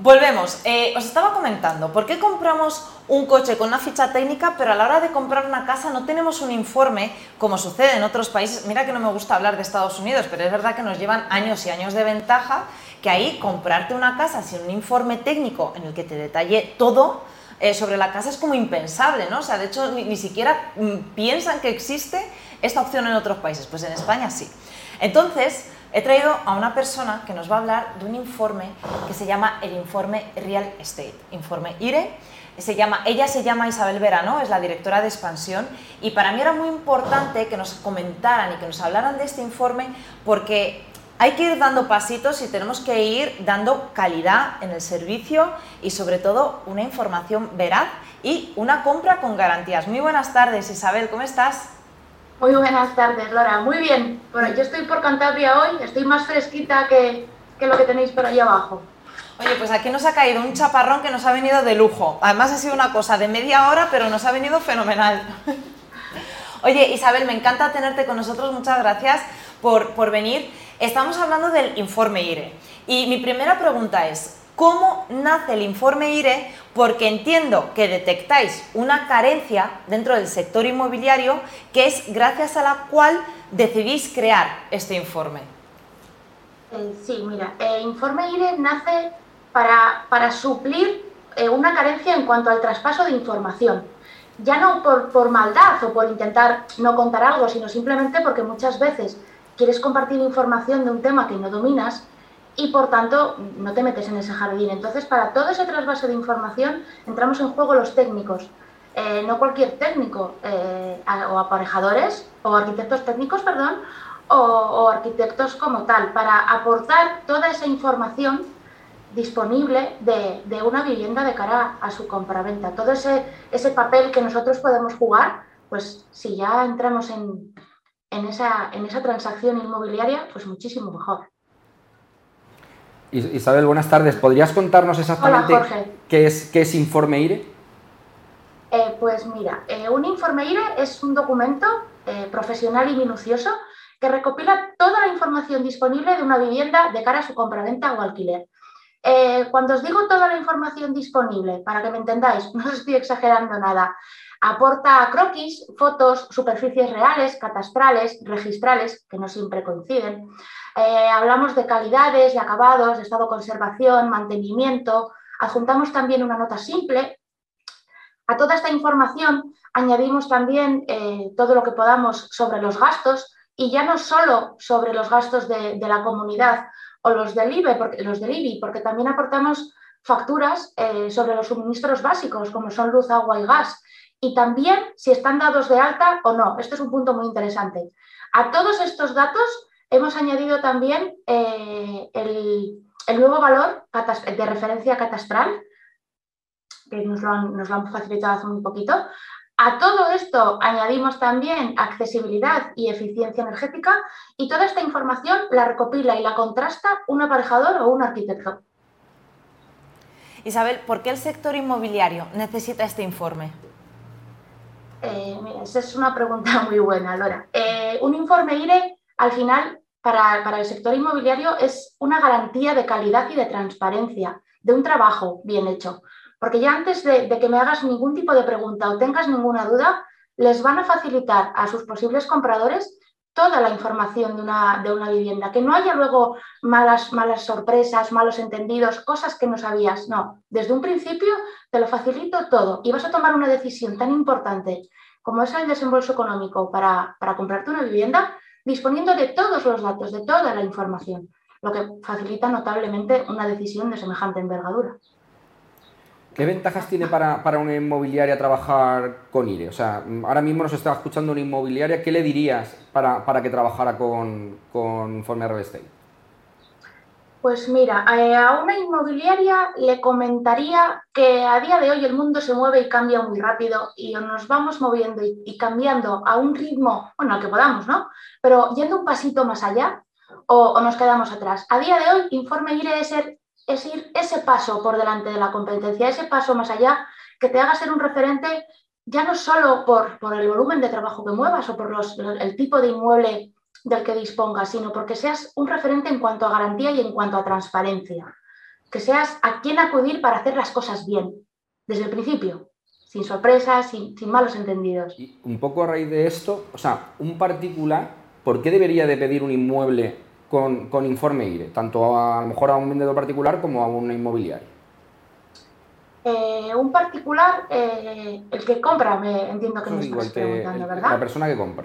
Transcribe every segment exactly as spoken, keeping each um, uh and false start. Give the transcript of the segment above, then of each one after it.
Volvemos. Eh, os estaba comentando, ¿por qué compramos un coche con una ficha técnica, pero a la hora de comprar una casa no tenemos un informe, como sucede en otros países? Mira que no me gusta hablar de Estados Unidos, pero es verdad que nos llevan años y años de ventaja, que ahí comprarte una casa sin un informe técnico en el que te detalle todo eh, sobre la casa es como impensable, ¿no? O sea, de hecho, ni, ni siquiera mm, piensan que existe esta opción en otros países. Pues en España sí. Entonces, he traído a una persona que nos va a hablar de un informe que se llama el informe Real Estate, informe I R E. Se llama, ella se llama Isabel Verano, es la directora de expansión, y para mí era muy importante que nos comentaran y que nos hablaran de este informe porque hay que ir dando pasitos y tenemos que ir dando calidad en el servicio y sobre todo una información veraz y una compra con garantías. Muy buenas tardes, Isabel, ¿cómo estás? Muy buenas tardes, Laura. Muy bien. Bueno, yo estoy por Cantabria hoy, estoy más fresquita que, que lo que tenéis por ahí abajo. Oye, pues aquí nos ha caído un chaparrón que nos ha venido de lujo. Además ha sido una cosa de media hora, pero nos ha venido fenomenal. Oye, Isabel, me encanta tenerte con nosotros. Muchas gracias por, por venir. Estamos hablando del informe I R E. Y mi primera pregunta es, ¿cómo nace el informe I R E? Porque entiendo que detectáis una carencia dentro del sector inmobiliario que es gracias a la cual decidís crear este informe. Eh, sí, mira, el informe I R E nace para, para suplir eh, una carencia en cuanto al traspaso de información. Ya no por, por maldad o por intentar no contar algo, sino simplemente porque muchas veces quieres compartir información de un tema que no dominas y por tanto no te metes en ese jardín. Entonces, para todo ese trasvase de información entramos en juego los técnicos, eh, no cualquier técnico, eh, o aparejadores o arquitectos técnicos, perdón, o, o arquitectos como tal, para aportar toda esa información disponible de, de una vivienda de cara a su compraventa. Todo ese, ese papel que nosotros podemos jugar, pues si ya entramos en, en, esa, en esa transacción inmobiliaria, pues muchísimo mejor. Isabel, buenas tardes. ¿Podrías contarnos exactamente Hola, Jorge. qué es, qué es informe I R E? Eh, pues mira, eh, un informe I R E es un documento eh, profesional y minucioso que recopila toda la información disponible de una vivienda de cara a su compraventa o alquiler. Eh, cuando os digo toda la información disponible, para que me entendáis, no os estoy exagerando nada, aporta croquis, fotos, superficies reales, catastrales, registrales, que no siempre coinciden. Eh, hablamos de calidades, de acabados, de estado de conservación, mantenimiento. Adjuntamos también una nota simple. A toda esta información añadimos también eh, todo lo que podamos sobre los gastos y ya no solo sobre los gastos de, de la comunidad o los del I B E, porque, los del I B I, porque también aportamos facturas eh, sobre los suministros básicos, como son luz, agua y gas, y también si están dados de alta o no. Este es un punto muy interesante. A todos estos datos hemos añadido también eh, el, el nuevo valor de referencia catastral, que nos lo, han, nos lo han facilitado hace muy poquito. A todo esto añadimos también accesibilidad y eficiencia energética y toda esta información la recopila y la contrasta un aparejador o un arquitecto. Isabel, ¿por qué el sector inmobiliario necesita este informe? Eh, mira, esa es una pregunta muy buena, Laura. Eh, un informe I R E, al final, para, para el sector inmobiliario es una garantía de calidad y de transparencia, de un trabajo bien hecho. Porque ya antes de, de que me hagas ningún tipo de pregunta o tengas ninguna duda, les van a facilitar a sus posibles compradores toda la información de una, de una vivienda. Que no haya luego malas, malas sorpresas, malos entendidos, cosas que no sabías. No, desde un principio te lo facilito todo y vas a tomar una decisión tan importante como es el desembolso económico para, para comprarte una vivienda, disponiendo de todos los datos, de toda la información, lo que facilita notablemente una decisión de semejante envergadura. ¿Qué ventajas tiene para, para una inmobiliaria trabajar con I R E? O sea, ahora mismo nos está escuchando una inmobiliaria, ¿qué le dirías para, para que trabajara con, con Informe Real Estate? Pues mira, eh, a una inmobiliaria le comentaría que a día de hoy el mundo se mueve y cambia muy rápido y nos vamos moviendo y, y cambiando a un ritmo, bueno, al que podamos, ¿no? Pero yendo un pasito más allá o, o nos quedamos atrás. A día de hoy, Informe I R E es ser es ir ese paso por delante de la competencia, ese paso más allá que te haga ser un referente ya no solo por, por el volumen de trabajo que muevas o por los, el tipo de inmueble del que dispongas, sino porque seas un referente en cuanto a garantía y en cuanto a transparencia. que seas a quién acudir para hacer las cosas bien, desde el principio, sin sorpresas, sin, sin malos entendidos. Y un poco a raíz de esto, o sea, un particular, ¿por qué debería de pedir un inmueble con, con informe I R E? Tanto a, a lo mejor a un vendedor particular como a una inmobiliaria. Eh, un particular, eh, el que compra, me entiendo que Eso me digo, estás el que- preguntando, el- ¿verdad? La persona que compra.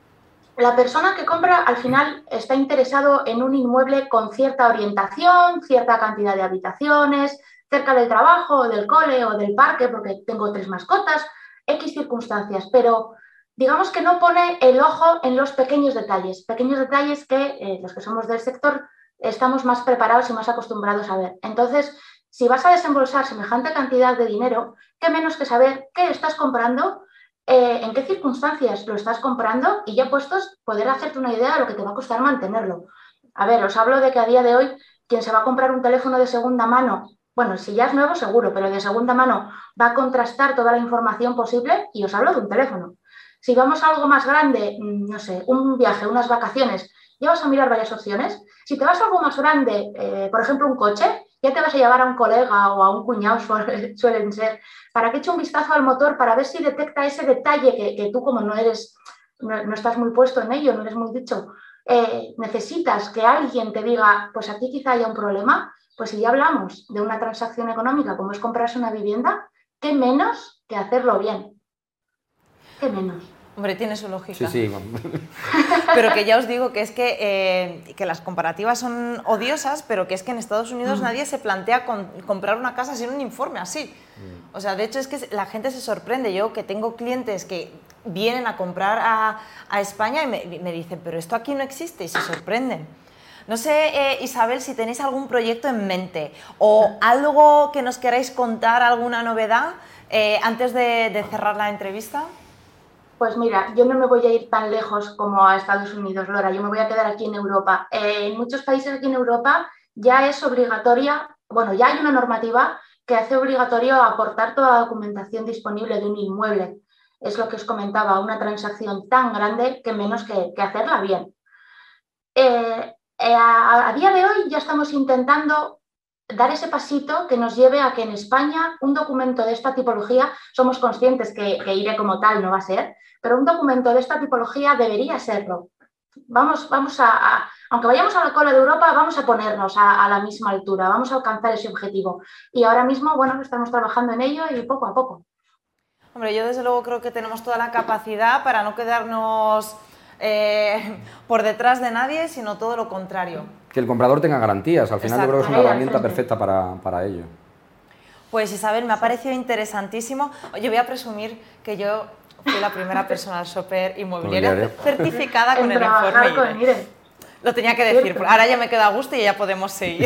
La persona que compra al final está interesado en un inmueble con cierta orientación, cierta cantidad de habitaciones, cerca del trabajo, o del cole o del parque, porque tengo tres mascotas, X circunstancias, pero digamos que no pone el ojo en los pequeños detalles, pequeños detalles que eh, los que somos del sector estamos más preparados y más acostumbrados a ver. Entonces, si vas a desembolsar semejante cantidad de dinero, qué menos que saber qué estás comprando, Eh, en qué circunstancias lo estás comprando y ya puestos poder hacerte una idea de lo que te va a costar mantenerlo. A ver, os hablo de que a día de hoy quien se va a comprar un teléfono de segunda mano, bueno, si ya es nuevo seguro, pero de segunda mano va a contrastar toda la información posible y os hablo de un teléfono. Si vamos a algo más grande, no sé, un viaje, unas vacaciones, ya vas a mirar varias opciones. Si te vas a algo más grande, eh, por ejemplo un coche, ya te vas a llevar a un colega o a un cuñado, suelen ser, para que eche un vistazo al motor para ver si detecta ese detalle que, que tú como no eres, no, no estás muy puesto en ello, no eres muy dicho, eh, necesitas que alguien te diga, pues aquí quizá haya un problema, pues si ya hablamos de una transacción económica como es comprarse una vivienda, ¿qué menos que hacerlo bien? ¿Qué menos? Hombre, tiene su lógica. Sí, sí. Pero que ya os digo que es que, eh, que las comparativas son odiosas, pero que es que en Estados Unidos mm. nadie se plantea con, comprar una casa sin un informe así. Mm. O sea, de hecho es que la gente se sorprende. Yo que tengo clientes que vienen a comprar a, a España y me, me dicen, pero esto aquí no existe, y se sorprenden. No sé, eh, Isabel, si tenéis algún proyecto en mente o algo que nos queráis contar, alguna novedad, eh, antes de, de cerrar la entrevista. Pues mira, yo no me voy a ir tan lejos como a Estados Unidos, Lora, yo me voy a quedar aquí en Europa. Eh, en muchos países aquí en Europa ya es obligatoria, bueno, ya hay una normativa que hace obligatorio aportar toda la documentación disponible de un inmueble. Es lo que os comentaba, una transacción tan grande que menos que, que hacerla bien. Eh, eh, a, a día de hoy ya estamos intentando dar ese pasito que nos lleve a que en España un documento de esta tipología, somos conscientes que, que I R E como tal no va a ser, pero un documento de esta tipología debería serlo. Vamos, vamos a, a aunque vayamos a la cola de Europa, vamos a ponernos a, a la misma altura, vamos a alcanzar ese objetivo. Y ahora mismo, bueno, estamos trabajando en ello y poco a poco. Hombre, yo desde luego creo que tenemos toda la capacidad para no quedarnos eh, por detrás de nadie, sino todo lo contrario. Que el comprador tenga garantías, al final. Exacto. Yo creo que es una herramienta perfecta para, para ello. Pues Isabel, me ha parecido interesantísimo. Oye, voy a presumir que yo fui la primera personal shopper inmobiliaria certificada con el informe I R E. Lo tenía que decir, ahora ya me quedo a gusto y ya podemos seguir.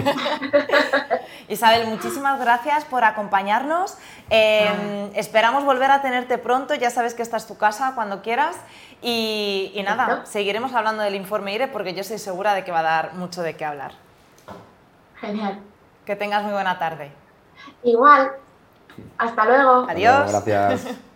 Isabel, muchísimas gracias por acompañarnos. Eh, ah. Esperamos volver a tenerte pronto, ya sabes que esta es tu casa cuando quieras. Y, y nada, seguiremos hablando del informe I R E porque yo estoy segura de que va a dar mucho de qué hablar. Genial. Que tengas muy buena tarde. Igual. Hasta luego. Adiós. Bueno, gracias.